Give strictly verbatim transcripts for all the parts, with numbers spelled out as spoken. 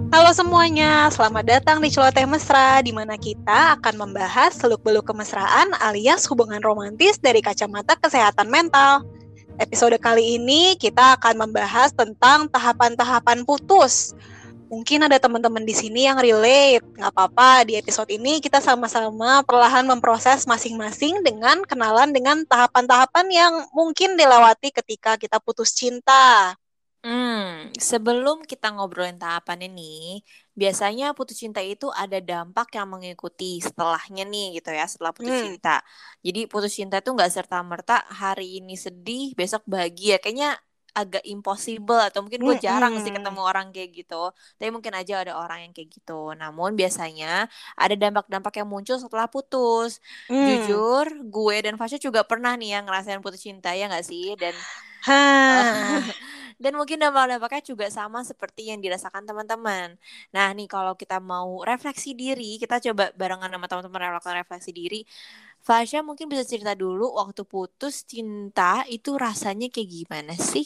Halo semuanya, selamat datang di Celoteh Mesra, di mana kita akan membahas seluk-beluk kemesraan alias hubungan romantis dari kacamata kesehatan mental. Episode kali ini kita akan membahas tentang tahapan-tahapan putus. Mungkin ada teman-teman di sini yang relate, nggak apa-apa. Di episode ini kita sama-sama perlahan memproses masing-masing dengan kenalan dengan tahapan-tahapan yang mungkin dilewati ketika kita putus cinta. Hmm, sebelum kita ngobrolin tahapan ini, biasanya putus cinta itu ada dampak yang mengikuti setelahnya nih gitu ya, setelah putus Hmm. cinta. Jadi putus cinta itu nggak serta-merta hari ini sedih, besok bahagia. Kayaknya agak impossible atau mungkin gue jarang sih Mm-mm. ketemu orang kayak gitu. Tapi mungkin aja ada orang yang kayak gitu. Namun biasanya ada dampak-dampak yang muncul setelah putus. Hmm. Jujur, gue dan Fasya juga pernah nih yang ngerasain putus cinta ya nggak sih? Dan Eh, Hah. dan mungkin dampak-dampaknya juga sama seperti yang dirasakan teman-teman. Nah, nih kalau kita mau refleksi diri, kita coba barengan sama teman-teman refleksi refleksi diri. Fasya mungkin bisa cerita dulu waktu putus cinta itu rasanya kayak gimana sih?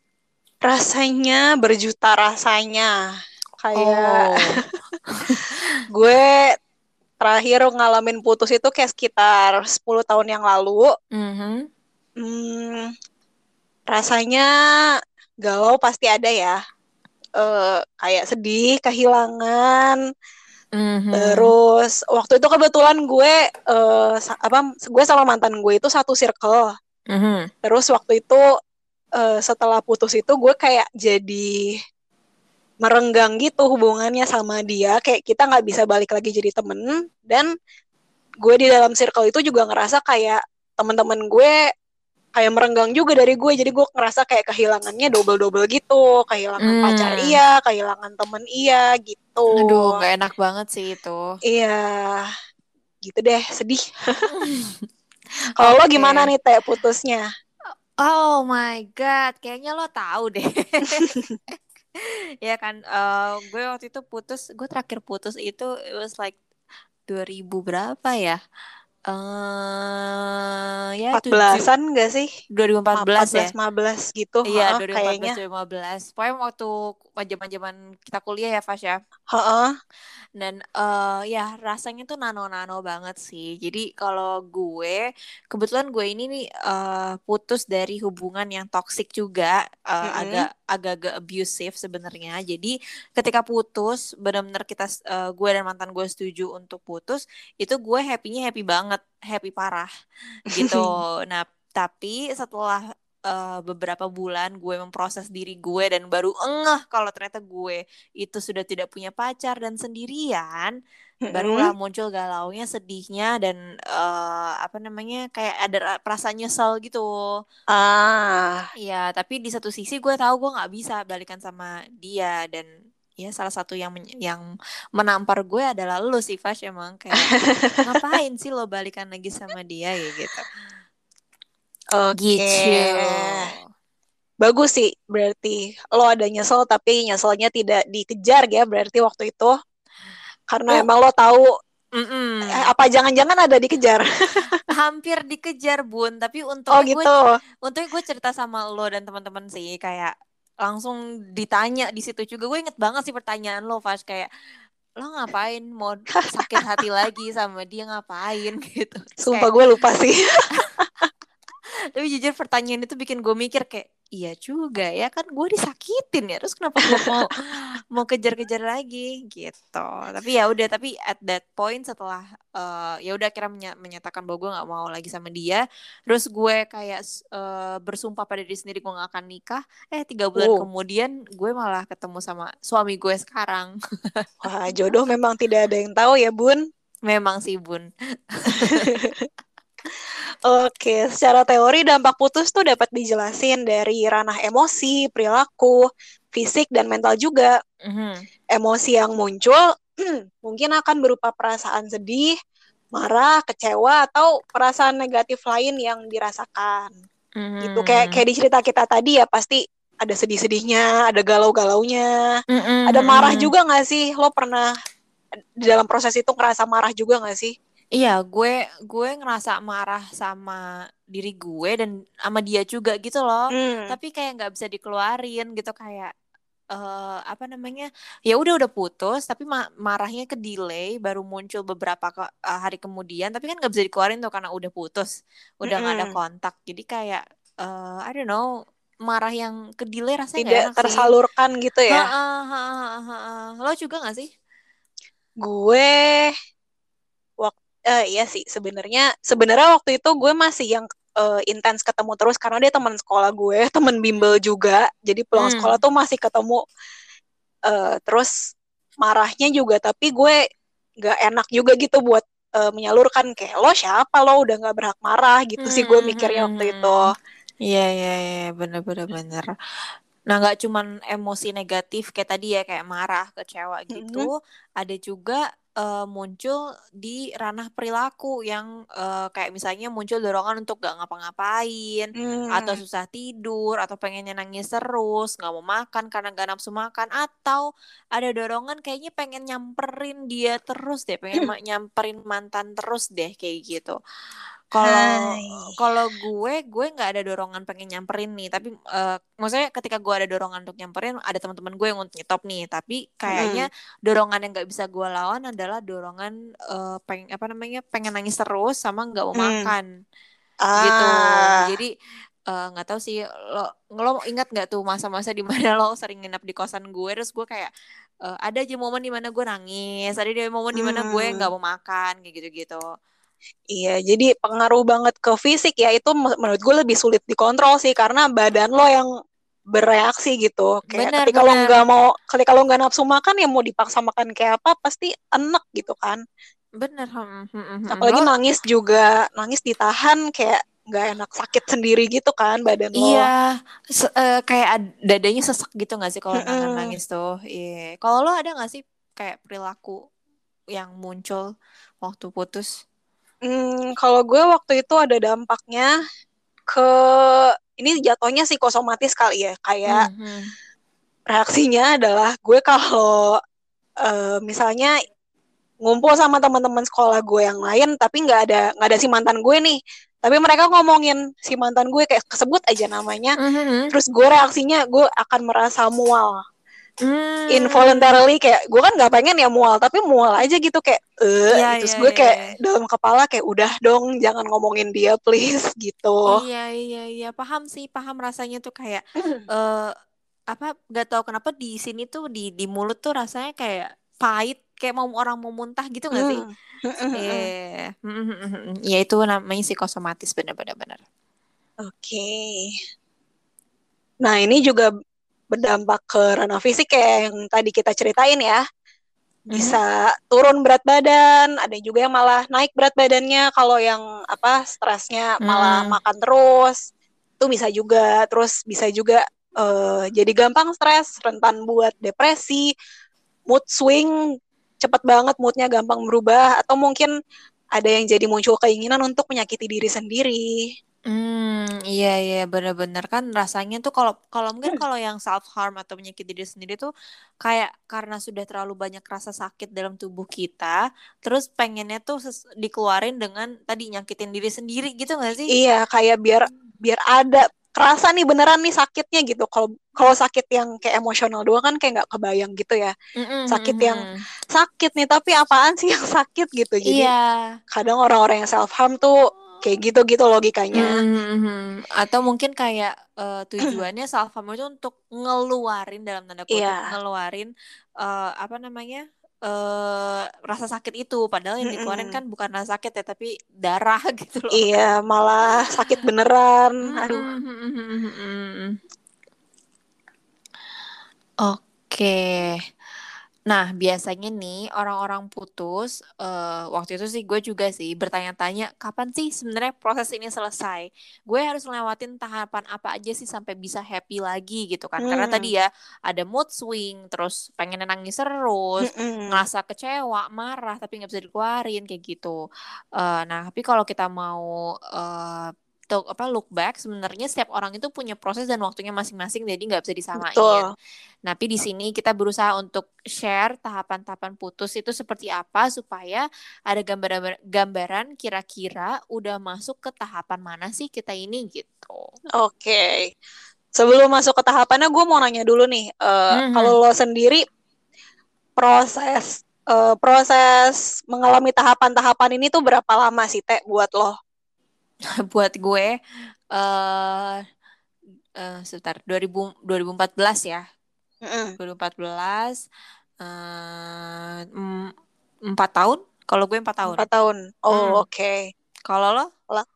Rasanya berjuta rasanya. Kayak Oh. gue terakhir ngalamin putus itu kayak sekitar sepuluh tahun yang lalu. Mhm. Hmm, rasanya galau pasti ada ya. Eh, kayak sedih, kehilangan. Mhm. Terus waktu itu kebetulan gue eh, sa- apa gue sama mantan gue itu satu circle. Mhm. Terus waktu itu eh, setelah putus itu gue kayak jadi merenggang gitu hubungannya sama dia, kayak kita nggak bisa balik lagi jadi temen. Dan gue di dalam circle itu juga ngerasa kayak teman-teman gue kayak merenggang juga dari gue, jadi gue ngerasa kayak kehilangannya double-double gitu, kehilangan pacar Hmm. iya, kehilangan temen iya gitu. Aduh, nggak enak banget sih itu. Iya, gitu deh, sedih. Kalau lo gimana Oke. nih Teh putusnya? Oh my God, kayaknya lo tahu deh. Ya kan, eh, gue waktu itu putus, gue terakhir putus itu it was like dua ribu berapa ya? Eh ya empat tujuh belasan gak sih? dua ribu empat belas empat belas ya. lima belas gitu, Iya, heeh, dua ribu empat belas kayaknya. dua ribu lima belas. Pokoknya waktu zaman-zaman kita kuliah ya, Fas ya. Heeh. Dan eh ya rasanya tuh nano-nano banget sih. Jadi kalau gue, kebetulan gue ini nih eh, putus dari hubungan yang toksik juga, eh, Mm-mm. agak agak-agak abusive sebenarnya. Jadi ketika putus, benar-benar kita eh, gue dan mantan gue setuju untuk putus, itu gue happy-nya happy banget, happy parah gitu. Nah, tapi setelah eh, beberapa bulan gue memproses diri gue dan baru engeh kalau ternyata gue itu sudah tidak punya pacar dan sendirian, barulah Mm-mm. muncul galaunya, sedihnya dan eh, apa namanya kayak ada ra- perasaan nyesel gitu. Ah. Ya, tapi di satu sisi gue tahu gue nggak bisa balikan sama dia dan ya salah satu yang men- yang menampar gue adalah lu sih Fash, emang kayak ngapain sih lo balikan lagi sama dia ya gitu. Oke. Gitu. Bagus sih, berarti lo ada nyesel tapi nyeselnya tidak dikejar ya berarti waktu itu. Karena Oh, emang lo tahu, eh, mm-mm. apa jangan-jangan ada dikejar. Hampir dikejar Bun, tapi Oh untungnya gue gitu. untungnya gue cerita sama lo dan teman-teman sih kayak langsung ditanya di situ juga. Gue inget banget sih pertanyaan lo, Fas, kayak lo ngapain mau sakit hati lagi sama dia, ngapain gitu. Terus Sumpah kayak gue lupa sih. tapi jujur pertanyaan itu bikin gue mikir kayak iya juga ya kan gue disakitin ya, terus kenapa gue mau mau kejar-kejar lagi gitu. Tapi ya udah, tapi at that point setelah eh, ya udah akhirnya menya- menyatakan bahwa gue nggak mau lagi sama dia, terus gue kayak eh, bersumpah pada diri sendiri gue nggak akan nikah. Eh tiga bulan Oh, kemudian gue malah ketemu sama suami gue sekarang. wah jodoh memang tidak ada yang tahu ya Bun. Memang sih Bun. Oke, secara teori dampak putus tuh dapat dijelasin dari ranah emosi, perilaku, fisik, dan mental juga. Mhm. Emosi yang muncul mungkin akan berupa perasaan sedih, marah, kecewa, atau perasaan negatif lain yang dirasakan. Gitu, kayak Mhm. kayak di cerita kita tadi ya, pasti ada sedih-sedihnya, ada galau-galaunya, ada marah Mhm. juga nggak sih? Lo pernah di dalam proses itu ngerasa marah juga nggak sih? Iya, gue gue ngerasa marah sama diri gue dan sama dia juga gitu loh. Hmm. Tapi kayak nggak bisa dikeluarin gitu, kayak uh, apa namanya, ya udah udah putus tapi ma- marahnya ke delay baru muncul beberapa ke- uh, hari kemudian, tapi kan nggak bisa dikeluarin tuh karena udah putus, udah nggak ada Mm-mm. kontak, jadi kayak uh, I don't know, marah yang ke delay rasanya nggak Tidak enak sih. tersalurkan gitu ya. Ha-ha, ha-ha, ha-ha. Lo juga nggak sih? Gue waktu eh, iya sih sebenarnya sebenarnya waktu itu gue masih yang eh, intens ketemu terus karena dia teman sekolah gue, teman bimbel Hmm. juga. Jadi pulang sekolah Hmm. tuh masih ketemu eh, terus marahnya juga tapi gue nggak enak juga gitu buat eh, menyalurkan kayak lo siapa lo udah nggak berhak marah gitu sih gue Hmm, hmm, mikirnya hmm, waktu itu. hmm. Iya, iya, iya, bener-bener bener. Nah, nggak cuman emosi negatif kayak tadi ya, kayak marah, kecewa gitu, Mm-mm. ada juga eh, muncul di ranah perilaku yang eh, kayak misalnya muncul dorongan untuk gak ngapa-ngapain, atau Hmm. susah tidur, atau pengennya nangis terus, nggak mau makan karena gak nafsu makan, atau ada dorongan kayaknya pengen nyamperin dia terus deh, pengen ma- nyamperin mantan terus deh kayak gitu. Kalau Hai. kalau gue gue nggak ada dorongan pengen nyamperin nih, tapi eh, maksudnya ketika gue ada dorongan untuk nyamperin, ada teman-teman gue yang untuk nyetop nih, tapi Mm-mm. kayaknya dorongan yang nggak bisa gue lawan adalah dorongan eh, peng apa namanya, pengen nangis terus sama nggak mau Mm. makan gitu. Ah. Jadi eh, nggak tahu sih, lo lo ingat nggak tuh masa-masa di mana lo sering nginep di kosan gue, terus gue kayak eh, ada aja momen di mana gue nangis, ada aja momen di mana gue nggak Hmm. mau makan kayak gitu-gitu. Iya, jadi pengaruh banget ke fisik ya itu m- menurut gue lebih sulit dikontrol sih karena badan lo yang bereaksi gitu. Kayak ketika lo Benar-benar. nggak mau, ketika lo nggak nafsu makan ya mau dipaksa makan kayak apa pasti enek gitu kan. Bener, hmm, hmm, hmm, hmm. Apalagi Lo nangis juga, nangis ditahan kayak nggak enak sakit sendiri gitu kan badan iya, lo. se- eh, kayak ad- dadanya sesek gitu nggak sih kalau nahan Mm-mm. nangis tuh? Iya. Kalau lo ada nggak sih kayak perilaku yang muncul waktu putus? Hmm, kalau gue waktu itu ada dampaknya ke ini jatuhnya psikosomatis kali ya. Kayak Hmm, hmm, reaksinya adalah gue kalau eh, misalnya ngumpul sama teman-teman sekolah gue yang lain tapi nggak ada nggak ada si mantan gue nih tapi mereka ngomongin si mantan gue kayak kesebut aja namanya hmm, hmm, terus gue reaksinya gue akan merasa mual hmm. involuntarily kayak gue kan nggak pengen ya mual tapi mual aja gitu kayak eh Iya, terus iya, gue iya, kayak iya. dalam kepala kayak udah dong jangan ngomongin dia please gitu. Iya, iya, iya, paham sih, paham rasanya tuh kayak eh apa, nggak tahu kenapa di sini tuh di di mulut tuh rasanya kayak pahit, kayak mau orang mau muntah gitu nggak sih? Hmm. Eh, ya itu namanya psikosomatis, bener-bener bener. Oke, okay. Nah ini juga berdampak ke ranah fisik kayak yang tadi kita ceritain ya. Mhm. Bisa turun berat badan, ada juga yang malah naik berat badannya kalau yang apa stresnya malah Hmm. makan terus. Itu bisa juga, terus bisa juga uh, jadi gampang stres, rentan buat depresi, mood swing, cepet banget moodnya gampang berubah, atau mungkin ada yang jadi muncul keinginan untuk menyakiti diri sendiri. Hmm, iya, iya, bener-bener kan rasanya tuh kalau kalau mungkin kalau yang self harm atau menyakiti diri sendiri tuh kayak karena sudah terlalu banyak rasa sakit dalam tubuh kita, terus pengennya tuh ses- dikeluarin dengan tadi nyakitin diri sendiri gitu nggak sih? Iya, kayak biar biar ada kerasa nih beneran nih sakitnya gitu. Kalau kalau sakit yang kayak emosional doang kan kayak nggak kebayang gitu ya. Sakit yang Mm-mm. sakit nih tapi apaan sih yang sakit gitu. Jadi Iya. kadang orang-orang yang self harm tuh kayak gitu gitu logikanya. Mhm. Atau mungkin kayak eh, tujuannya self harm itu untuk ngeluarin, dalam tanda kutip Iya. ngeluarin eh, apa namanya, eh rasa sakit itu, padahal yang dikeluarin Mm-mm. kan bukan rasa sakit ya, tapi darah gitu loh. Iya, malah sakit beneran. Aduh. Mm-mm. Oke. Nah, biasanya nih orang-orang putus, eh, waktu itu sih gue juga sih bertanya-tanya, kapan sih sebenarnya proses ini selesai? Gue harus ngelewatin tahapan apa aja sih sampai bisa happy lagi gitu kan? Karena Hmm. tadi ya ada mood swing, terus pengen nangis terus, Mm-mm. ngerasa kecewa, marah tapi nggak bisa dikeluarin kayak gitu. Eh, nah, tapi kalau kita mau eh, tuh, apa look back, sebenarnya setiap orang itu punya proses dan waktunya masing-masing, jadi nggak bisa disamain. Betul. Tapi di sini kita berusaha untuk share tahapan-tahapan putus itu seperti apa supaya ada gambaran gambaran kira-kira udah masuk ke tahapan mana sih kita ini gitu. Oke. Sebelum masuk ke tahapannya, gue mau nanya dulu nih, uh, Mhm. kalau lo sendiri proses uh, proses mengalami tahapan-tahapan ini tuh berapa lama sih Teh buat lo? Buat gue eh eh, sebentar dua ribu dua ribu empat belas ya. Mm-mm. dua ribu empat belas eh em- empat tahun. Kalau gue empat tahun. Empat tahun. Oh, Hmm. oke. Okay. Kalau lo? Lah,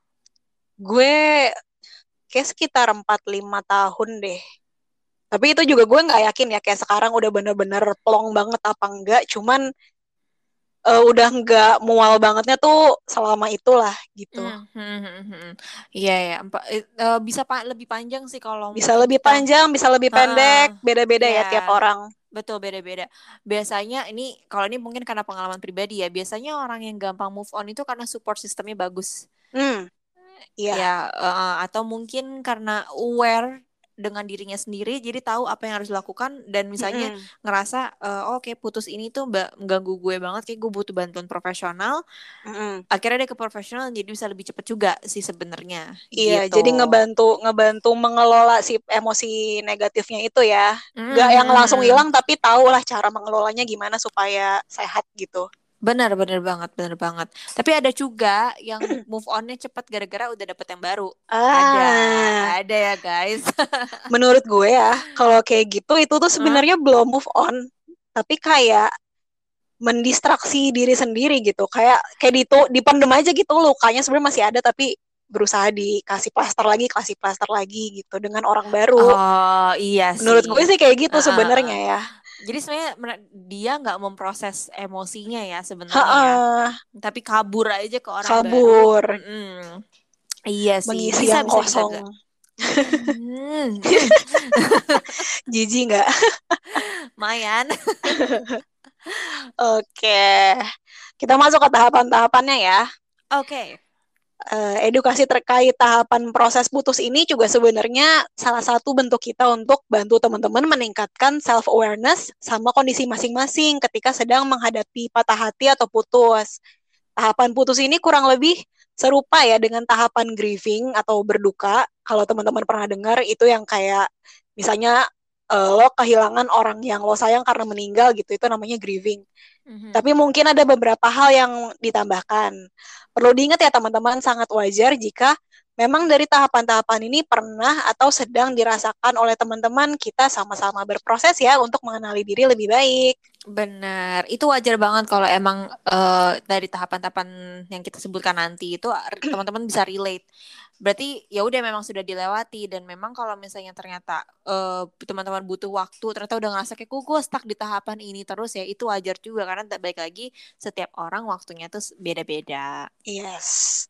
gue kayak sekitar empat lima tahun deh. Tapi itu juga gue nggak yakin ya kayak sekarang udah bener-bener plong banget apa enggak. Cuman uh, udah nggak mual bangetnya tuh selama itulah gitu. Hmm, hmm, hmm, hmm. Iya ya, Empa- eh, eh, bisa pa- lebih panjang sih kalau Bisa mungkin lebih kita. panjang, bisa lebih Heeh, pendek, beda-beda ya, ya tiap orang. betul beda-beda. Biasanya ini kalau ini mungkin karena pengalaman pribadi ya. Biasanya orang yang gampang move on itu karena support sistemnya bagus. Hmm, iya. Ya, eh, atau mungkin karena aware dengan dirinya sendiri, jadi tahu apa yang harus dilakukan dan misalnya Mm-mm. ngerasa, eh, oh, oke putus ini tuh mbak mengganggu gue banget, kayak gue butuh bantuan profesional. Mm-mm. Akhirnya dia ke profesional, jadi bisa lebih cepet juga sih sebenarnya, Iya, gitu. jadi ngebantu ngebantu mengelola si emosi negatifnya itu ya. Gak yang langsung Mhm. hilang tapi tahu lah cara mengelolanya gimana supaya sehat gitu. Benar, benar banget, benar banget. Tapi ada juga yang move onnya cepet gara-gara udah dapet yang baru. Ada, Ah, ada ya guys. menurut gue ya, kalau kayak gitu itu tuh Hah? sebenarnya belum move on, tapi kayak mendistraksi diri sendiri gitu. Kayak kayak itu dipendem aja gitu lukanya sebenarnya masih ada tapi berusaha dikasih plaster lagi, kasih plaster lagi gitu dengan orang baru. Oh iya Menurut sih. gue sih kayak gitu Heeh, heeh. sebenarnya ya. Jadi sebenarnya mere- dia nggak memproses emosinya ya sebenarnya ya, Ha, tapi kabur aja ke orang baru. kabur, Mm-mm. Iya sih, mengisi bisa yang bisa bisa kosong. bisa. Mm-mm. Jijik nggak? Lumayan. Oke, kita masuk ke tahapan-tahapannya ya. Oke. Eh, edukasi terkait tahapan proses putus ini juga sebenarnya salah satu bentuk kita untuk bantu teman-teman meningkatkan self awareness sama kondisi masing-masing ketika sedang menghadapi patah hati atau putus. Tahapan putus ini kurang lebih serupa ya dengan tahapan grieving atau berduka. Kalau teman-teman pernah dengar itu yang kayak misalnya eh, lo kehilangan orang yang lo sayang karena meninggal gitu, itu namanya grieving. Mhm. Tapi mungkin ada beberapa hal yang ditambahkan. Perlu diingat ya teman-teman, sangat wajar jika memang dari tahapan-tahapan ini pernah atau sedang dirasakan oleh teman-teman, kita sama-sama berproses ya untuk mengenali diri lebih baik. Benar, itu wajar banget kalau emang eh, dari tahapan-tahapan yang kita sebutkan nanti itu r- teman-teman bisa relate. Berarti ya udah memang sudah dilewati dan memang kalau misalnya ternyata eh, teman-teman butuh waktu, ternyata udah ngerasa kayak kok gue stuck di tahapan ini terus ya, itu wajar juga karena tak baik lagi setiap orang waktunya tuh s- beda-beda. Yes.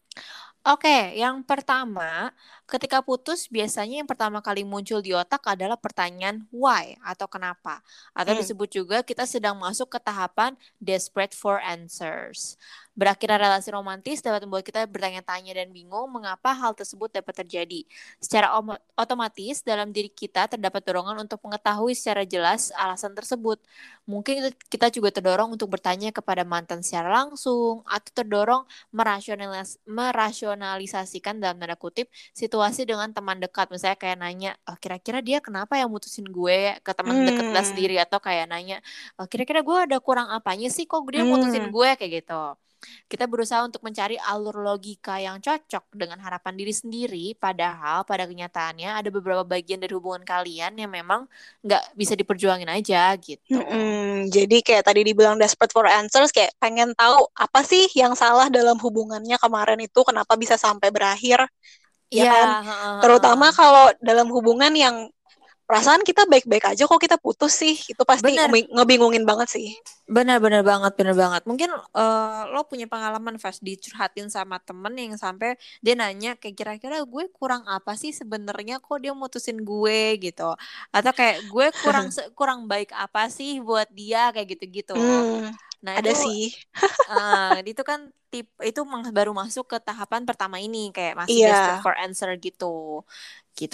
Oke, yang pertama, ketika putus biasanya yang pertama kali muncul di otak adalah pertanyaan why atau kenapa. Atau Hmm. disebut juga kita sedang masuk ke tahapan desperate for answers. Berakhirnya relasi romantis dapat membuat kita bertanya-tanya dan bingung mengapa hal tersebut dapat terjadi. Secara om- otomatis dalam diri kita terdapat dorongan untuk mengetahui secara jelas alasan tersebut. Mungkin kita juga terdorong untuk bertanya kepada mantan secara langsung atau terdorong merasionalis merasionalisasikan dalam tanda kutip situasi dengan teman dekat, misalnya kayak nanya, oh, kira-kira dia kenapa yang mutusin gue, ke teman dekat kita Hmm. sendiri, atau kayak nanya, oh, kira-kira gue ada kurang apanya sih kok dia mutusin Hmm. gue, kayak gitu. Kita berusaha untuk mencari alur logika yang cocok dengan harapan diri sendiri, padahal pada kenyataannya ada beberapa bagian dari hubungan kalian yang memang nggak bisa diperjuangin aja gitu. Mm-mm. Jadi kayak tadi dibilang desperate for answers, kayak pengen tahu apa sih yang salah dalam hubungannya kemarin itu, kenapa bisa sampai berakhir, ya Iya, kan? heeh, Terutama heeh. kalau dalam hubungan yang perasaan kita baik-baik aja kok kita putus sih, itu pasti Bener, ngebi- ngebingungin banget sih. benar-benar banget, benar banget. Mungkin eh, lo punya pengalaman Fast dicurhatin sama temen yang sampai dia nanya kayak kira-kira gue kurang apa sih sebenarnya kok dia mutusin gue gitu. Atau kayak gue kurang se- kurang baik apa sih buat dia kayak gitu-gitu. Hmm, Nah, itu ada sih. eh, itu kan tip itu mang- baru masuk ke tahapan pertama ini kayak masih desperate Iya. for answer gitu. Gitu.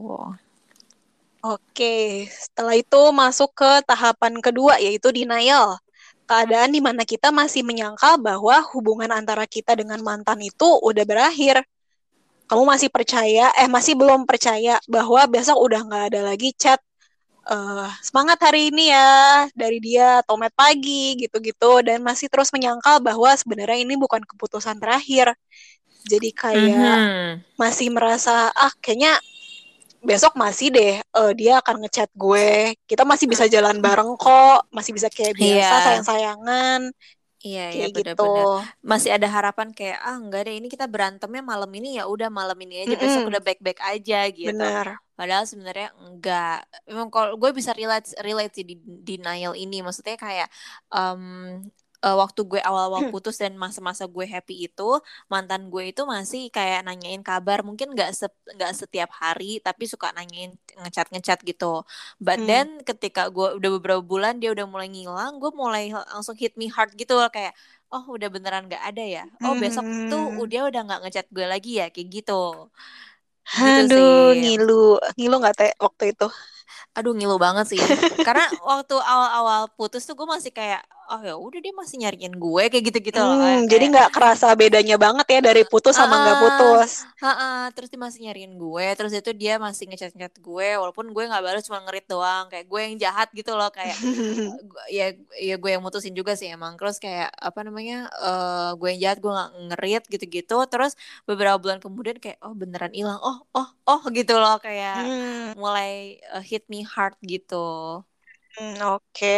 Oke, setelah itu masuk ke tahapan kedua yaitu denial. Keadaan di mana kita masih menyangkal bahwa hubungan antara kita dengan mantan itu udah berakhir. kamu masih percaya, eh masih belum percaya bahwa besok udah nggak ada lagi chat uh, semangat hari ini ya dari dia Tomat pagi gitu-gitu dan masih terus menyangkal bahwa sebenarnya ini bukan keputusan terakhir. Jadi kayak Mhm. masih merasa ah kayaknya besok masih deh uh, dia akan ngechat gue. Kita masih bisa jalan bareng kok, masih bisa kayak Iya. biasa sayang-sayangan Iya, iya kayak gitu. benar-benar. Masih ada harapan kayak ah enggak deh ini kita berantemnya malam ini ya udah malam ini aja besok Mm-mm, udah baik-baik aja gitu. bener. Padahal sebenarnya enggak. Memang kalau gue bisa relate relate sih di denial ini. Maksudnya kayak em, eh, waktu gue awal-awal putus dan masa-masa gue happy itu mantan gue itu masih kayak nanyain kabar mungkin nggak se nggak setiap hari tapi suka nanyain ngechat ngechat gitu. But Hmm. then ketika gue udah beberapa bulan dia udah mulai ngilang, gue mulai langsung hit me hard gitu loh kayak, oh udah beneran gak ada ya. Oh besok tuh Hmm. dia udah nggak ngechat gue lagi ya kayak gitu. Gitu Aduh, sih. ngilu. Ngilu nggak teh waktu itu? Aduh ngilu banget sih. Karena waktu awal-awal putus tuh gue masih kayak, oh ya udah dia masih nyariin gue kayak gitu-gitu loh Hmm, kayak jadi kayak nggak kerasa bedanya banget ya dari putus sama nggak ah putus. ah terus dia masih nyariin gue terus itu dia masih ngechat-ngechat gue walaupun gue nggak balas cuma ngerit doang kayak gue yang jahat gitu loh kayak eh, gu- ya ya gue yang mutusin juga sih emang terus kayak apa namanya eh gue yang jahat gue nggak ngerit gitu-gitu terus beberapa bulan kemudian kayak oh beneran hilang oh oh oh gitu loh kayak Hmm, mulai eh, hit me hard gitu. hmm, oke.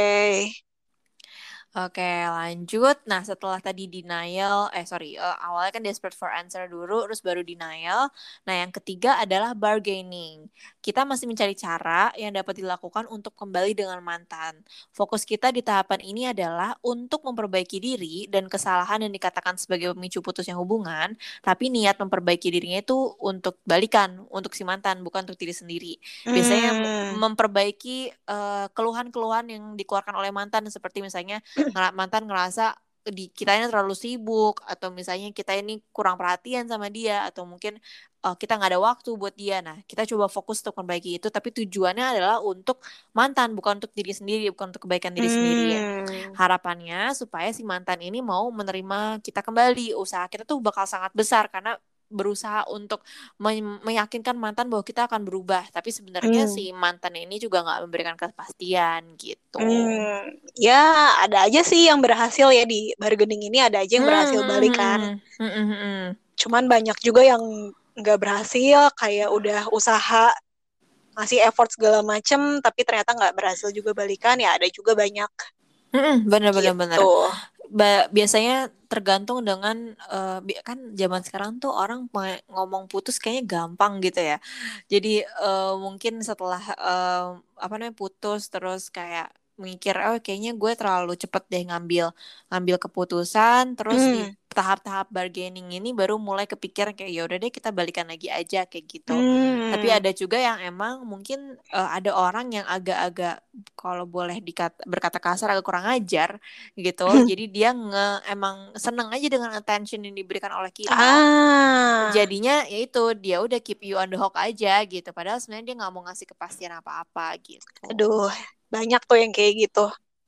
Oke, lanjut. Nah, setelah tadi denial, eh sorry, eh, awalnya kan desperate for answer dulu, terus baru denial. Nah, yang ketiga adalah bargaining. Kita masih mencari cara yang dapat dilakukan untuk kembali dengan mantan. Fokus kita di tahapan ini adalah untuk memperbaiki diri dan kesalahan yang dikatakan sebagai pemicu putusnya hubungan, tapi niat memperbaiki dirinya itu untuk balikan, untuk si mantan, bukan untuk diri sendiri. Biasanya Hmm, memperbaiki eh, keluhan-keluhan yang dikeluarkan oleh mantan, seperti misalnya ngera- mantan ngerasa di kita ini terlalu sibuk atau misalnya kita ini kurang perhatian sama dia atau mungkin uh, kita nggak ada waktu buat dia. Nah, kita coba fokus untuk memperbaiki itu tapi tujuannya adalah untuk mantan bukan untuk diri sendiri, bukan untuk kebaikan diri sendiri. hmm. Harapannya supaya si mantan ini mau menerima kita kembali. Usaha kita tuh bakal sangat besar karena berusaha untuk me- meyakinkan mantan bahwa kita akan berubah, tapi sebenarnya Hmm. si mantan ini juga nggak memberikan kepastian gitu. Hmm, ya ada aja sih yang berhasil ya di bargaining ini ada aja yang Hmm, berhasil hmm, balikan. hmm, hmm, hmm, hmm. Cuman banyak juga yang nggak berhasil, kayak udah usaha ngasih effort segala macem, tapi ternyata nggak berhasil juga balikan. Ya ada juga banyak Hmm, bener-bener bener. gitu. Ba- biasanya tergantung dengan eh, bi- kan zaman sekarang tuh orang ma- ngomong putus kayaknya gampang gitu ya. Jadi eh, mungkin setelah eh, apa namanya putus terus kayak mikir oh kayaknya gue terlalu cepet deh ngambil ngambil keputusan terus di Hmm, tahap-tahap bargaining ini baru mulai kepikiran kayak ya udah deh kita balikan lagi aja kayak gitu. Tapi hmm. ada juga yang emang mungkin eh, ada orang yang agak-agak kalau boleh dikata berkata kasar agak kurang ajar gitu. Jadi dia nge emang seneng aja dengan attention yang diberikan oleh kita. Ah, Jadinya ya itu dia udah keep you on the hook aja gitu. Padahal sebenarnya dia nggak mau ngasih kepastian apa-apa gitu. aduh, banyak tuh yang kayak gitu.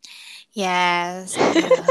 Yes, aduh.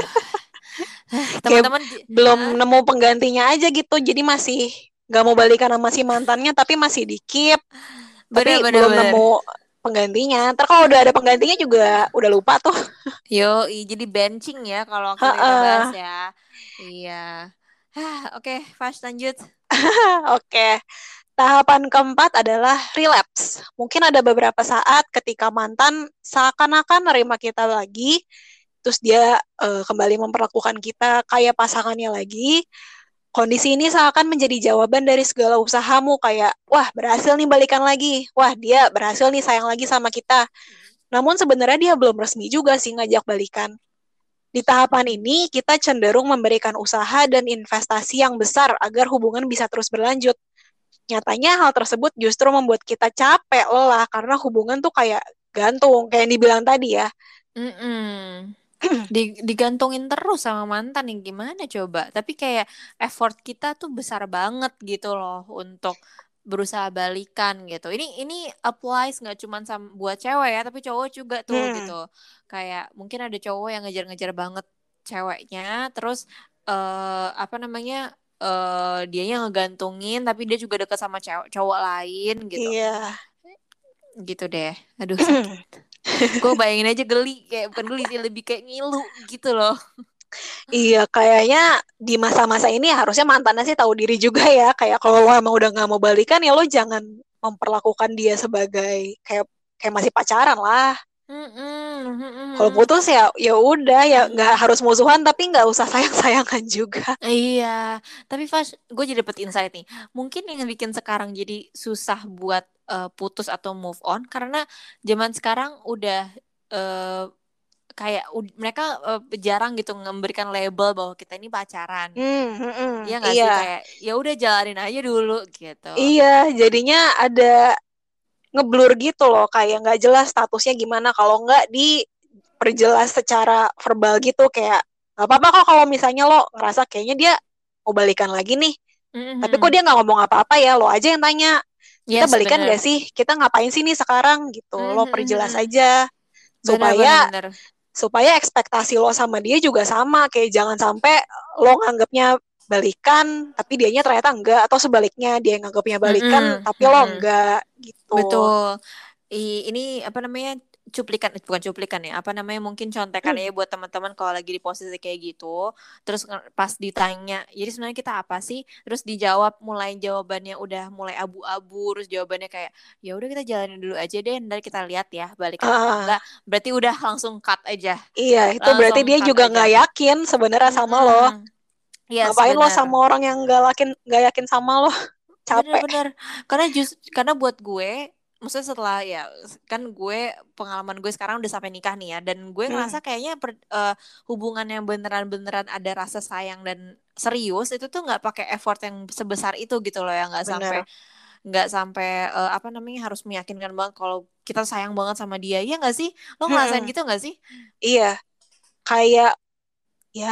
Kayak Teman-teman, j- belum ah, nemu penggantinya aja gitu, jadi masih nggak mau balikan sama si mantannya, tapi masih di keep, bener tapi bener belum bener. nemu penggantinya. Ntar kalau udah ada penggantinya juga udah lupa tuh. Yo, jadi benching ya kalau akhirnya kita bahas Heeh. ya. Iya. Hah, oke, fast lanjut. Oke. Tahapan keempat adalah relapse. Mungkin ada beberapa saat ketika mantan seakan-akan nerima kita lagi, terus dia eh, kembali memperlakukan kita kayak pasangannya lagi. Kondisi ini seakan menjadi jawaban dari segala usahamu, kayak, wah berhasil nih balikan lagi, wah dia berhasil nih sayang lagi sama kita. Namun sebenarnya dia belum resmi juga sih ngajak balikan. Di tahapan ini, kita cenderung memberikan usaha dan investasi yang besar agar hubungan bisa terus berlanjut. Nyatanya hal tersebut justru membuat kita capek, lelah, karena hubungan tuh kayak gantung, kayak yang dibilang tadi ya. Mm-mm. Di, digantungin terus sama mantan yang gimana coba. Tapi kayak effort kita tuh besar banget gitu loh untuk berusaha balikan gitu. Ini ini applies nggak cuma sama buat cewek ya, tapi cowok juga tuh Hmm. gitu. Kayak mungkin ada cowok yang ngejar-ngejar banget ceweknya, terus eh apa namanya? uh, dianya ngegantungin tapi dia juga deket sama cewek cowok lain gitu. Iya. Gitu deh. Aduh sakit. Gue bayangin aja geli, kayak bukan geli sih, lebih kayak ngilu gitu loh. Iya, kayaknya di masa-masa ini harusnya mantannya sih tahu diri juga ya. Kayak kalau lo emang udah nggak mau balikan ya lo jangan memperlakukan dia sebagai kayak kayak masih pacaran lah. Mm-mm, Kalau mm-mm. putus ya ya udah ya nggak harus musuhan tapi nggak usah sayang-sayangan juga. Iya, tapi Fas, gue jadi dapet insight nih. Mungkin yang bikin sekarang jadi susah buat eh, putus atau move on karena zaman sekarang udah eh, kayak ud- mereka eh, jarang gitu memberikan label bahwa kita ini pacaran. Hmm, hmm, hmm, Iya nggak sih, iya, kayak ya udah jalanin aja dulu gitu. iya. Jadinya ada ngeblur gitu loh, kayak nggak jelas statusnya gimana. Kalau nggak diperjelas secara verbal gitu, kayak nggak apa-apa kok kalau misalnya lo ngerasa kayaknya dia mau balikan lagi nih. Tapi kok Mhm. dia nggak ngomong apa-apa ya, lo aja yang tanya. Kita Yes, balikan gak bener. sih? Kita ngapain sih nih sekarang gitu? Lo perjelas Mhm. aja Bener, bener, supaya bener. supaya ekspektasi lo sama dia juga sama. Kayak jangan sampai lo nganggapnya balikan tapi dianya ternyata enggak, atau sebaliknya dia yang nganggapnya balikan Mhm. tapi lo Mhm. enggak gitu. Betul. I, ini apa namanya, cuplikan, eh, bukan cuplikan ya, apa namanya, mungkin contekan ya buat teman-teman kalau lagi di posisi kayak gitu, terus nge- pas ditanya jadi sebenarnya kita apa sih, terus dijawab mulai jawabannya udah mulai abu-abu, terus jawabannya kayak ya udah kita jalanin dulu aja deh, ntar kita lihat ya balikan apa Ah, enggak, berarti udah langsung cut aja, iya, itu berarti langsung dia cut juga aja. nggak yakin sebenarnya sama lo. Mm-mm. Yes, Ngapain lo bener. sama orang yang nggak yakin nggak yakin sama lo? Capek. Bener-bener, karena jus karena buat gue, maksudnya setelah ya, kan gue pengalaman gue sekarang udah sampai nikah nih ya, dan gue Hmm, ngerasa kayaknya per, eh, hubungan yang beneran-beneran ada rasa sayang dan serius itu tuh nggak pakai effort yang sebesar itu gitu loh, ya nggak sampai bener. nggak sampai eh, apa namanya, harus meyakinkan banget kalau kita sayang banget sama dia, ya nggak sih, lo ngerasain Mm-mm. gitu nggak sih? Iya, kayak ya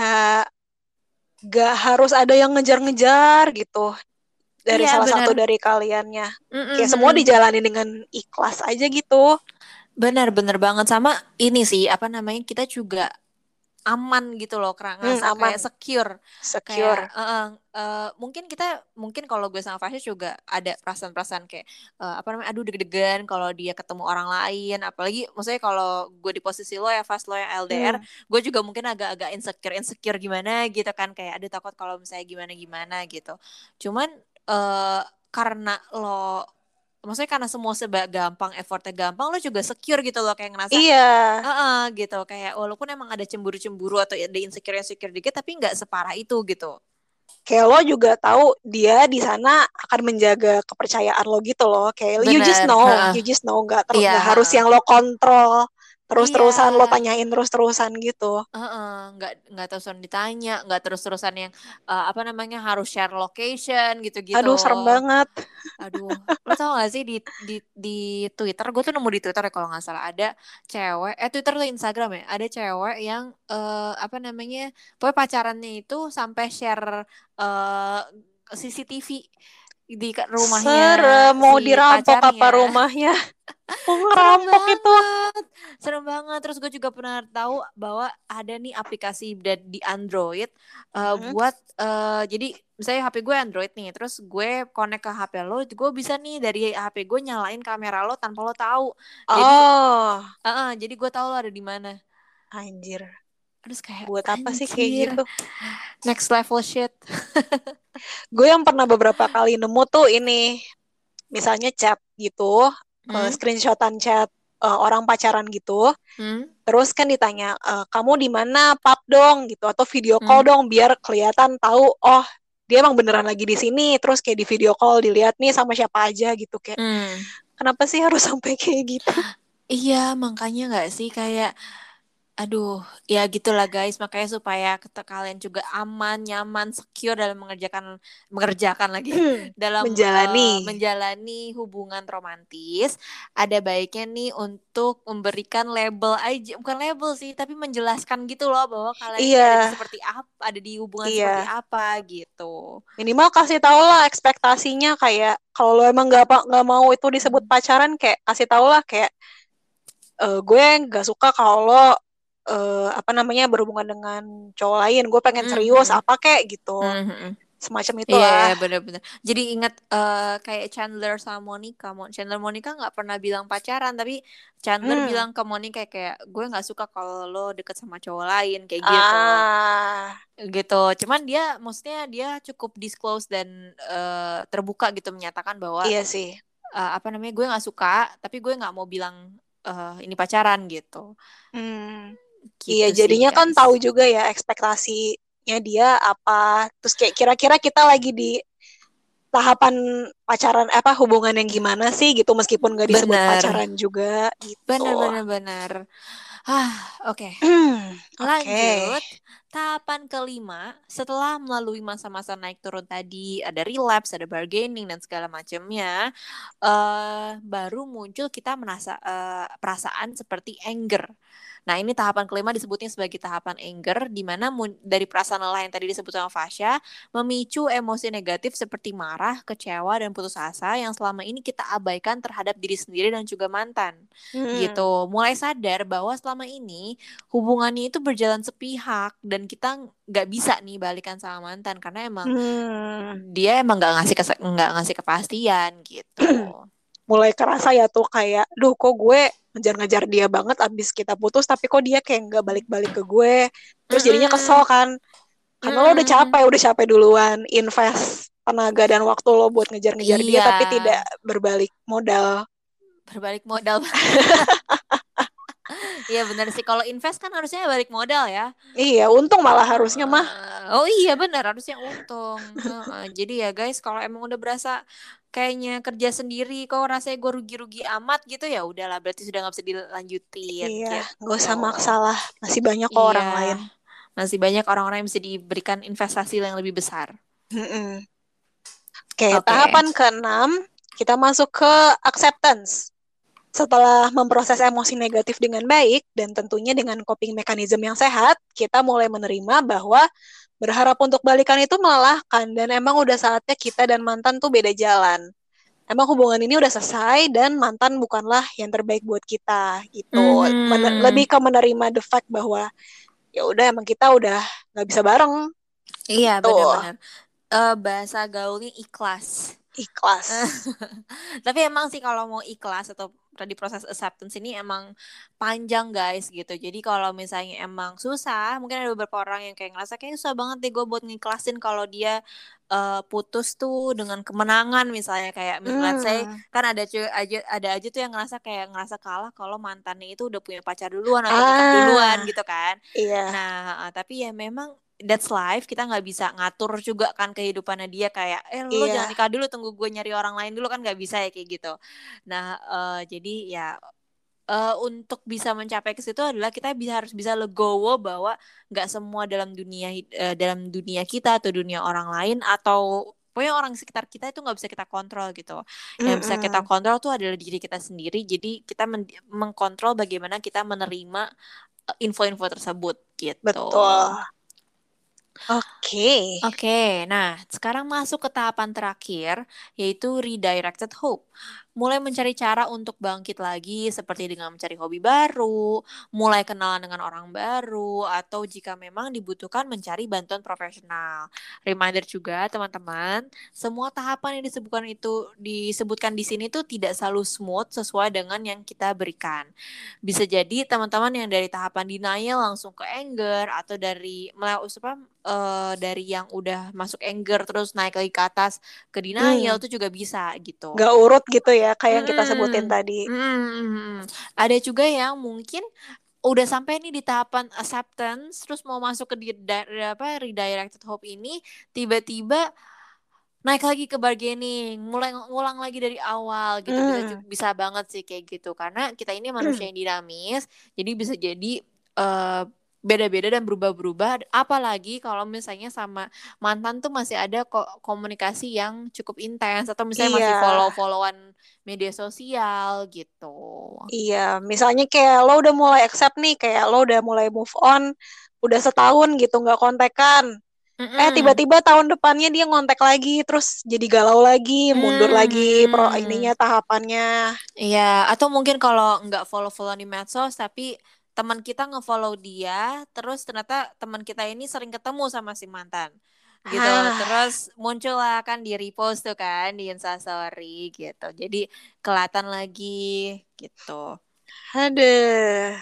gak harus ada yang ngejar-ngejar gitu dari Iya salah satu bener. dari kaliannya. Kayak semua Mm-mm. dijalani dengan ikhlas aja gitu. Bener, bener banget. Sama ini sih, apa namanya, kita juga aman gitu loh, karena Hmm, ngerasa kayak aman, secure, kayak secure. eh, eh, eh, mungkin kita, mungkin kalau gue sama Fasya juga ada perasaan-perasaan kayak eh, apa namanya, aduh deg-degan kalau dia ketemu orang lain, apalagi maksudnya kalau gue di posisi lo ya, Fas, lo yang L D R, Hmm. gue juga mungkin agak-agak insecure insecure gimana gitu kan, kayak aduh takut kalau misalnya gimana gimana gitu. Cuman eh karena lo, maksudnya karena semua serba gampang, effortnya gampang, lo juga secure gitu loh, kayak ngerasa Iya, Heeh, gitu, kayak walaupun emang ada cemburu-cemburu atau ada insecure-insecure dikit, tapi nggak separah itu gitu. kayak lo juga tahu dia di sana akan menjaga kepercayaan lo gitu loh. Kayak you just Bener, know, heeh. you just know, nggak ter- Iya, nggak harus heeh. yang lo kontrol Iya, terus-terusan lo tanyain terus-terusan gitu. heeh. Nggak nggak terus-terusan ditanya, nggak terus-terusan yang eh, apa namanya, harus share location gitu-gitu. Aduh, serem banget. Aduh, lo tau gak sih di di di Twitter, gue tuh nemu di Twitter ya kalau nggak salah, ada cewek, eh Twitter atau Instagram ya, ada cewek yang eh, apa namanya, pokoknya pacarannya itu sampai share eh, C C T V di ke- rumahnya Serem, mau si dirampok pacarnya. apa rumahnya? Mau Serem ngerampok itu. banget, serem banget. Terus gue juga pernah tahu bahwa ada nih aplikasi da- di Android eh, Mm-mm. buat eh, jadi misalnya H P gue Android nih, terus gue connect ke H P lo, gue bisa nih dari H P gue nyalain kamera lo tanpa lo tahu. Jadi, Oh, eh, eh, jadi gue tahu lo ada di mana. anjir. Terus kayak Buat apa sih kayak anjir, gitu? next level shit. Gue yang pernah beberapa kali nemu tuh ini, misalnya chat gitu, eh, Hmm? screenshotan chat eh, orang pacaran gitu. Hmm? Terus kan ditanya, "Eh, kamu di mana? Pap dong," gitu, atau video call Hmm? dong, biar kelihatan tahu, oh dia emang beneran lagi di sini. Terus kayak di video call dilihat nih sama siapa aja gitu, kayak Hmm. kenapa sih harus sampai kayak gitu? Iya, makanya nggak sih, kayak aduh, ya gitulah guys. Makanya supaya kita, kalian juga aman, nyaman, secure dalam mengerjakan mengerjakan lagi dalam eh, Menjalani. menjalani hubungan romantis. Ada baiknya nih untuk memberikan label aja, bukan label sih, tapi menjelaskan gitu loh bahwa kalian ini ada di Iya, seperti apa, ada di hubungan seperti iya. apa gitu. Minimal kasih tau lah ekspektasinya, kayak kalau lo emang nggak pa- nggak mau itu disebut pacaran, kayak kasih tau lah kayak "Eh, gue nggak suka kalau lo eh, apa namanya berhubungan dengan cowok lain, gue pengen serius Mhm. apa kayak gitu." Mhm. semacam Iya, itulah. yeah, bener-bener. Jadi ingat uh, kayak Chandler sama Monica. Chandler Monica nggak pernah bilang pacaran, tapi Chandler Hmm. bilang ke Monica kayak gue nggak suka kalau lo deket sama cowok lain kayak gitu. Ah. Gitu. Cuman dia, maksudnya dia cukup disclose dan uh, terbuka gitu menyatakan bahwa Iya sih. uh, apa namanya, gue nggak suka, tapi gue nggak mau bilang uh, ini pacaran gitu. Hmm. Iya, Gitu sih jadinya kan guys. tahu juga ya ekspektasinya dia apa. Terus kayak kira-kira kita lagi di tahapan pacaran apa hubungan yang gimana sih gitu meskipun gak disebut Bener, pacaran juga gitu. bener, bener, bener. Ah, oke. Okay. Oke. Lanjut, tahapan kelima, setelah melalui masa-masa naik turun tadi, ada relapse, ada bargaining dan segala macamnya, uh, baru muncul kita merasa uh, perasaan seperti anger. Nah, ini tahapan kelima disebutnya sebagai tahapan anger, di mana dari perasaan lelah yang tadi disebut sama Fasya, memicu emosi negatif seperti marah, kecewa, dan putus asa yang selama ini kita abaikan terhadap diri sendiri dan juga mantan. Hmm. Gitu. Mulai sadar bahwa selama ini hubungannya itu berjalan sepihak dan kita nggak bisa nih balikan sama mantan karena emang Hmm. dia emang nggak ngasih kes- nggak ngasih kepastian gitu. Mulai kerasa ya tuh kayak, duh kok gue ngejar-ngejar dia banget abis kita putus, tapi kok dia kayak nggak balik-balik ke gue. Terus jadinya kesel Mm-mm. kan, karena lo udah Mm-mm. capek, udah capek duluan, invest tenaga dan waktu lo buat ngejar-ngejar dia, Iya, tapi tidak berbalik modal. berbalik modal. Iya benar sih, kalau invest kan harusnya balik modal ya. Iya, untung malah harusnya mah. Uh, oh iya benar, harusnya untung. Uh, uh, jadi ya guys, kalau emang udah berasa kayaknya kerja sendiri kok rasanya gue rugi-rugi amat gitu, ya udahlah, berarti sudah nggak bisa dilanjutin Iya, nggak gitu. usah maksa lah. Masih banyak kok Iya, orang lain. masih banyak orang-orang yang bisa diberikan investasi yang lebih besar. Mm-mm. Oke, Oke. tahapan keenam, kita masuk ke acceptance. Setelah memproses emosi negatif dengan baik dan tentunya dengan coping mechanism yang sehat, kita mulai menerima bahwa berharap untuk balikan itu melelahkan dan emang udah saatnya kita dan mantan tuh beda jalan. Emang hubungan ini udah selesai dan mantan bukanlah yang terbaik buat kita gitu. Men- lebih Mhm. ke menerima the fact bahwa ya udah emang kita udah nggak bisa bareng Iya gitu. benar-benar. Eh, bahasa gaulnya ikhlas. Ikhlas. Tapi emang sih kalau mau ikhlas atau di proses acceptance ini emang panjang guys gitu. Jadi kalau misalnya emang susah, mungkin ada beberapa orang yang kayak ngerasa kayak susah banget deh gue buat ngiklasin kalau dia uh, putus tuh dengan kemenangan misalnya, kayak let's say Hmm. kan ada cu- aja ada aja tuh yang ngerasa kayak ngerasa kalah kalau mantannya itu udah punya pacar duluan atau nikah duluan Ah, gitu kan. iya, Nah, uh, tapi ya memang that's life, kita nggak bisa ngatur juga kan kehidupannya dia, kayak eh lo jangan iya, nikah dulu, tunggu gue nyari orang lain dulu, kan nggak bisa ya kayak gitu. Nah, uh, jadi ya uh, untuk bisa mencapai ke situ adalah kita bisa harus bisa legowo bahwa nggak semua dalam dunia uh, dalam dunia kita atau dunia orang lain atau pokoknya orang sekitar kita itu nggak bisa kita kontrol gitu. Yang bisa kita mm-mm. kontrol tuh adalah diri kita sendiri. Jadi kita men- mengkontrol bagaimana kita menerima uh, info-info tersebut gitu. Betul. Oke. Oke, nah sekarang masuk ke tahapan terakhir, yaitu redirected hope. Mulai mencari cara untuk bangkit lagi, seperti dengan mencari hobi baru, mulai kenalan dengan orang baru, atau jika memang dibutuhkan mencari bantuan profesional. Reminder juga teman-teman, semua tahapan yang disebutkan itu disebutkan di sini tuh tidak selalu smooth sesuai dengan yang kita berikan. Bisa jadi teman-teman yang dari tahapan denial langsung ke anger, atau dari melewati apa uh, dari yang udah masuk anger terus naik lagi ke atas ke denial Hmm. itu juga bisa gitu. Gak urut gitu ya, kayak yang kita sebutin Mm-mm. tadi. Mm-mm. Ada juga yang mungkin udah sampai nih di tahapan acceptance terus mau masuk ke di, di- apa redirected hope ini, tiba-tiba naik lagi ke bargaining, mulai ngulang lagi dari awal gitu. Bisa Hmm. ju- bisa banget sih kayak gitu karena kita ini manusia yang dinamis, jadi bisa jadi eh, beda-beda dan berubah-berubah. Apalagi kalau misalnya sama mantan tuh masih ada ko- komunikasi yang cukup intens atau misalnya Iya, masih follow-followan media sosial gitu. iya. Misalnya kayak lo udah mulai accept nih, kayak lo udah mulai move on, udah setahun gitu nggak kontekan. Eh Mm-mm. tiba-tiba tahun depannya dia ngontek lagi, terus jadi galau lagi, mundur lagi pro ininya Mm-mm. tahapannya. Iya, atau mungkin kalau nggak follow-follow di medsos, tapi teman kita nge-follow dia, terus ternyata teman kita ini sering ketemu sama si mantan. gitu. Ah, Terus muncul lah kan di repost tuh kan di Instastory gitu. Jadi kelihatan lagi gitu. aduh.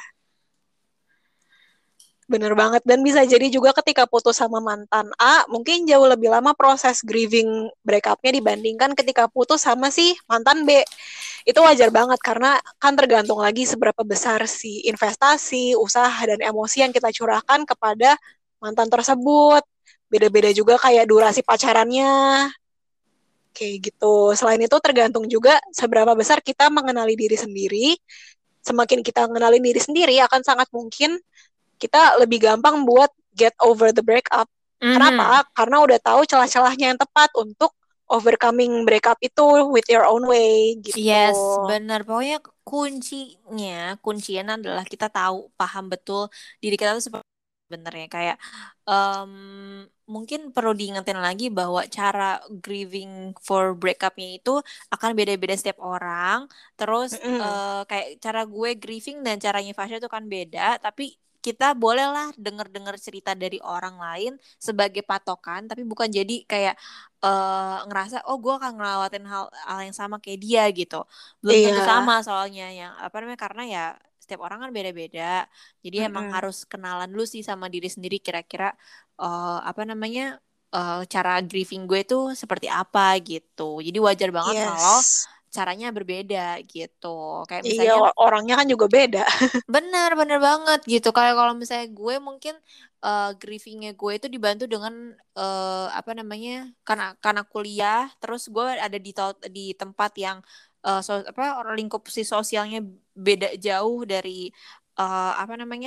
Bener banget. Dan bisa jadi juga ketika putus sama mantan A, mungkin jauh lebih lama proses grieving breakupnya dibandingkan ketika putus sama si mantan B. Itu wajar banget karena kan tergantung lagi seberapa besar si investasi, usaha, dan emosi yang kita curahkan kepada mantan tersebut. Beda-beda juga kayak durasi pacarannya, kayak gitu. Selain itu tergantung juga seberapa besar kita mengenali diri sendiri. Semakin kita mengenali diri sendiri, akan sangat mungkin kita lebih gampang buat get over the breakup. Mhm. Kenapa? Karena udah tahu celah-celahnya yang tepat untuk overcoming breakup itu with your own way gitu. Yes, benar. Pokoknya kuncinya, kuncinya adalah kita tahu, paham betul diri kita tuh seperti sebenarnya kayak em, mungkin perlu diingetin lagi bahwa cara grieving for breakupnya itu akan beda-beda setiap orang. Terus Mm-mm. eh, kayak cara gue grieving dan caranya Fasya itu kan beda, tapi kita bolehlah denger-dengar cerita dari orang lain sebagai patokan, tapi bukan jadi kayak eh, ngerasa oh gue akan ngelawatin hal hal yang sama kayak dia gitu. Belum tentu Iya. sama soalnya yang apa namanya karena ya setiap orang kan beda-beda. Jadi emang Mm-mm. harus kenalan dulu sih sama diri sendiri kira-kira eh, apa namanya eh, cara grieving gue tuh seperti apa gitu. Jadi wajar banget kalau Yes. caranya berbeda gitu. Kayak Iya, misalnya orangnya kan juga beda. bener, bener banget gitu. Kayak kalau misalnya gue mungkin eh, grievingnya gue itu dibantu dengan eh, apa namanya? Karena karena kuliah, terus gue ada di tau- di tempat yang eh, so- apa lingkup si sosialnya beda jauh dari eh, apa namanya?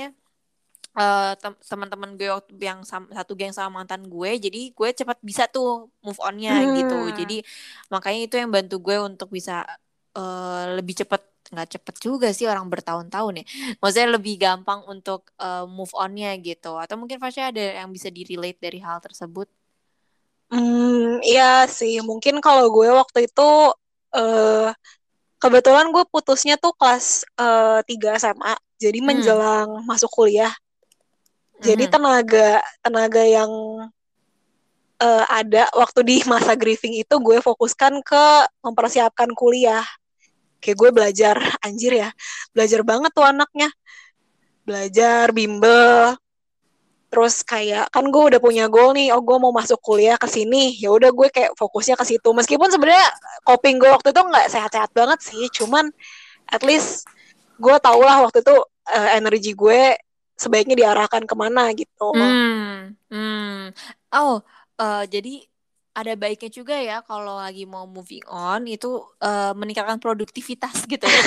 eh, tem- teman-teman gue waktu yang sam- satu geng sama mantan gue, jadi gue cepat bisa tuh move onnya gitu. Jadi Hmm. makanya itu yang bantu gue untuk bisa eh, lebih cepat, nggak cepet juga sih orang bertahun-tahun ya. Maksudnya lebih gampang untuk eh, move onnya gitu. Atau mungkin Fasya ada yang bisa di-relate dari hal tersebut? Hmm, iya sih. Mungkin kalau gue waktu itu eh kebetulan gue putusnya tuh kelas eh, tiga S M A. Jadi Hmm. menjelang masuk kuliah. Jadi Mhm. tenaga tenaga yang eh, ada waktu di masa grieving itu gue fokuskan ke mempersiapkan kuliah. Kayak gue belajar, anjir ya, belajar banget tuh anaknya. Belajar, bimbel, terus kayak kan gue udah punya goal nih, oh gue mau masuk kuliah ke sini, ya udah gue kayak fokusnya ke situ. Meskipun sebenarnya coping gue waktu itu nggak sehat-sehat banget sih, cuman at least gue tau lah waktu itu uh, energi gue sebaiknya diarahkan kemana gitu. Hmm. Hmm. Oh, eh, jadi ada baiknya juga ya kalau lagi mau moving on itu eh, meningkatkan produktivitas gitu ya.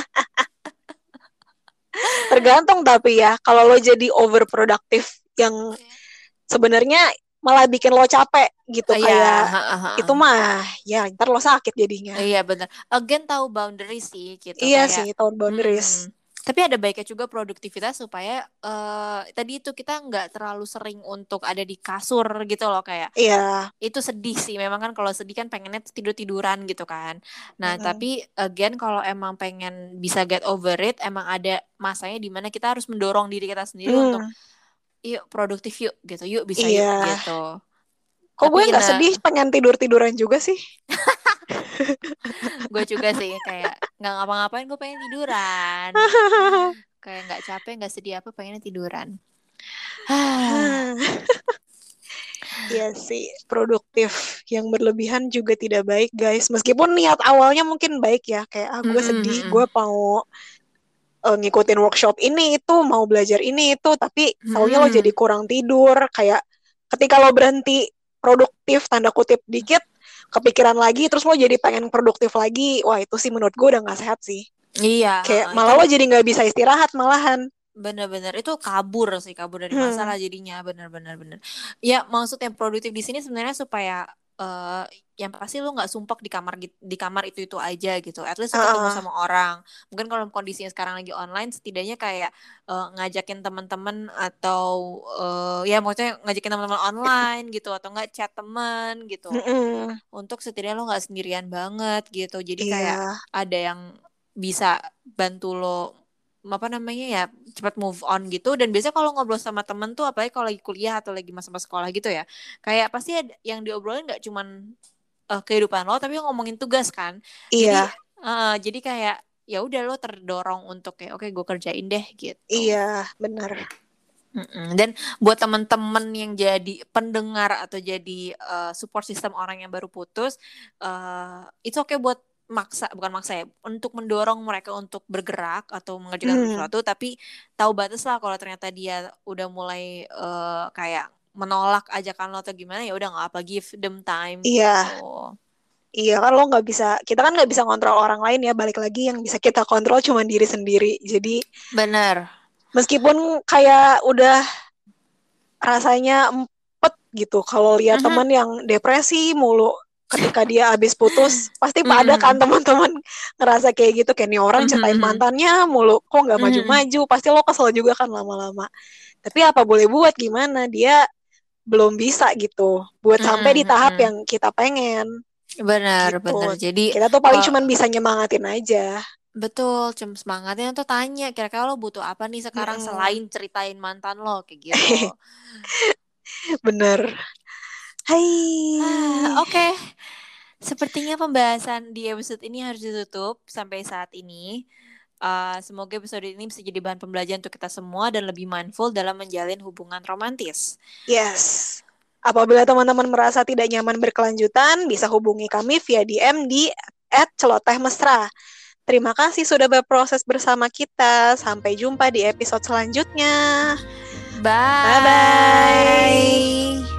Tergantung tapi ya, kalau lo jadi overproduktif yang sebenarnya malah bikin lo capek gitu Iya, kayak ha, ha, itu ha. mah ya ntar lo sakit jadinya. Iya bener. Again tahu boundary sih gitu Iya kayak. sih, tahun boundaries. Mm-mm. Tapi ada baiknya juga produktivitas supaya eh tadi itu kita nggak terlalu sering untuk ada di kasur gitu loh kayak Iya. itu sedih sih. Memang kan kalau sedih kan pengennya tidur tiduran gitu kan. Nah tapi Mm-mm. again kalau emang pengen bisa get over it, emang ada masanya di mana kita harus mendorong diri kita sendiri untuk Hmm, yuk produktif yuk gitu, yuk bisa yuk iya. gitu. Kok Tapi gue in nggak a sedih pengen tidur tiduran juga sih? gue juga sih kayak nggak ngapa-ngapain gue pengen tiduran kayak nggak capek nggak sedih apa pengennya tiduran. Iya sih, produktif yang berlebihan juga tidak baik, guys. Meskipun niat awalnya mungkin baik ya, kayak ah gue Mm-mm, sedih, gue mm-mm. mau eh, ngikutin workshop ini itu, mau belajar ini itu, tapi taunya lo jadi Mm-mm. kurang tidur, kayak ketika lo berhenti produktif tanda kutip dikit, kepikiran lagi, terus lo jadi pengen produktif lagi, wah itu sih menurut gue udah nggak sehat sih. Iya, Kayak heeh, itu malah lo jadi nggak bisa istirahat malahan. bener-bener itu kabur sih kabur dari Hmm. masalah jadinya bener-bener bener. Ya maksudnya produktif di sini sebenarnya supaya eh yang pasti lu nggak sumpek di kamar git- di kamar itu itu aja gitu. At least lu ketemu Uh, sama orang. Mungkin kalau kondisinya sekarang lagi online, setidaknya kayak eh, ngajakin teman-teman atau eh, ya maksudnya ngajakin teman-teman online gitu atau nggak chat teman gitu. mm-mm. Untuk setidaknya lo nggak sendirian banget gitu. Jadi kayak Iya. ada yang bisa bantu lo apa namanya ya cepat move on gitu. Dan biasanya kalau ngobrol sama temen tuh apalagi kalau lagi kuliah atau lagi masa-masa sekolah gitu ya, kayak pasti ada yang diobrolin nggak cuman uh, kehidupan lo tapi ngomongin tugas kan. Jadi Iya, uh, jadi kayak ya udah lo terdorong untuk kayak oke gue kerjain deh gitu. iya, benar. Mm-mm. Dan buat teman-teman yang jadi pendengar atau jadi uh, support system orang yang baru putus, uh, it's okay buat maksa, bukan maksa ya, untuk mendorong mereka untuk bergerak atau mengerjakan Hmm, sesuatu, tapi tahu batas lah kalau ternyata dia udah mulai uh, kayak menolak ajakan lo atau gimana, ya udah nggak apa, give them time iya, gitu. iya kan lo nggak bisa, kita kan nggak bisa kontrol orang lain ya. Balik lagi yang bisa kita kontrol cuma diri sendiri. Jadi Bener. meskipun kayak udah rasanya empet gitu, kalau lihat Mhm. teman yang depresi mulu ketika dia habis putus, pasti ada kan Mhm. teman-teman ngerasa kayak gitu, kayak nih orang Mhm. ceritain Mhm. mantannya mulu, kok nggak Mhm. maju-maju, pasti lo kesel juga kan lama-lama. Tapi apa boleh buat, gimana dia belum bisa gitu buat sampai di Mhm. tahap Mhm. yang kita pengen Benar, benar. gitu. Jadi Kita tuh paling kalau cuman bisa nyemangatin aja. betul, cuma semangatnya tuh tanya kira-kira lo butuh apa nih sekarang Mm-mm. selain ceritain mantan lo kayak gitu. Bener. Ah, Hai. oke. Sepertinya pembahasan di episode ini harus ditutup sampai saat ini. Uh, semoga episode ini bisa jadi bahan pembelajaran untuk kita semua dan lebih mindful dalam menjalin hubungan romantis. Yes. Apabila teman-teman merasa tidak nyaman berkelanjutan, bisa hubungi kami via D M di at celoteh mesra. Terima kasih sudah berproses bersama kita. Sampai jumpa di episode selanjutnya. Bye-bye. Bye.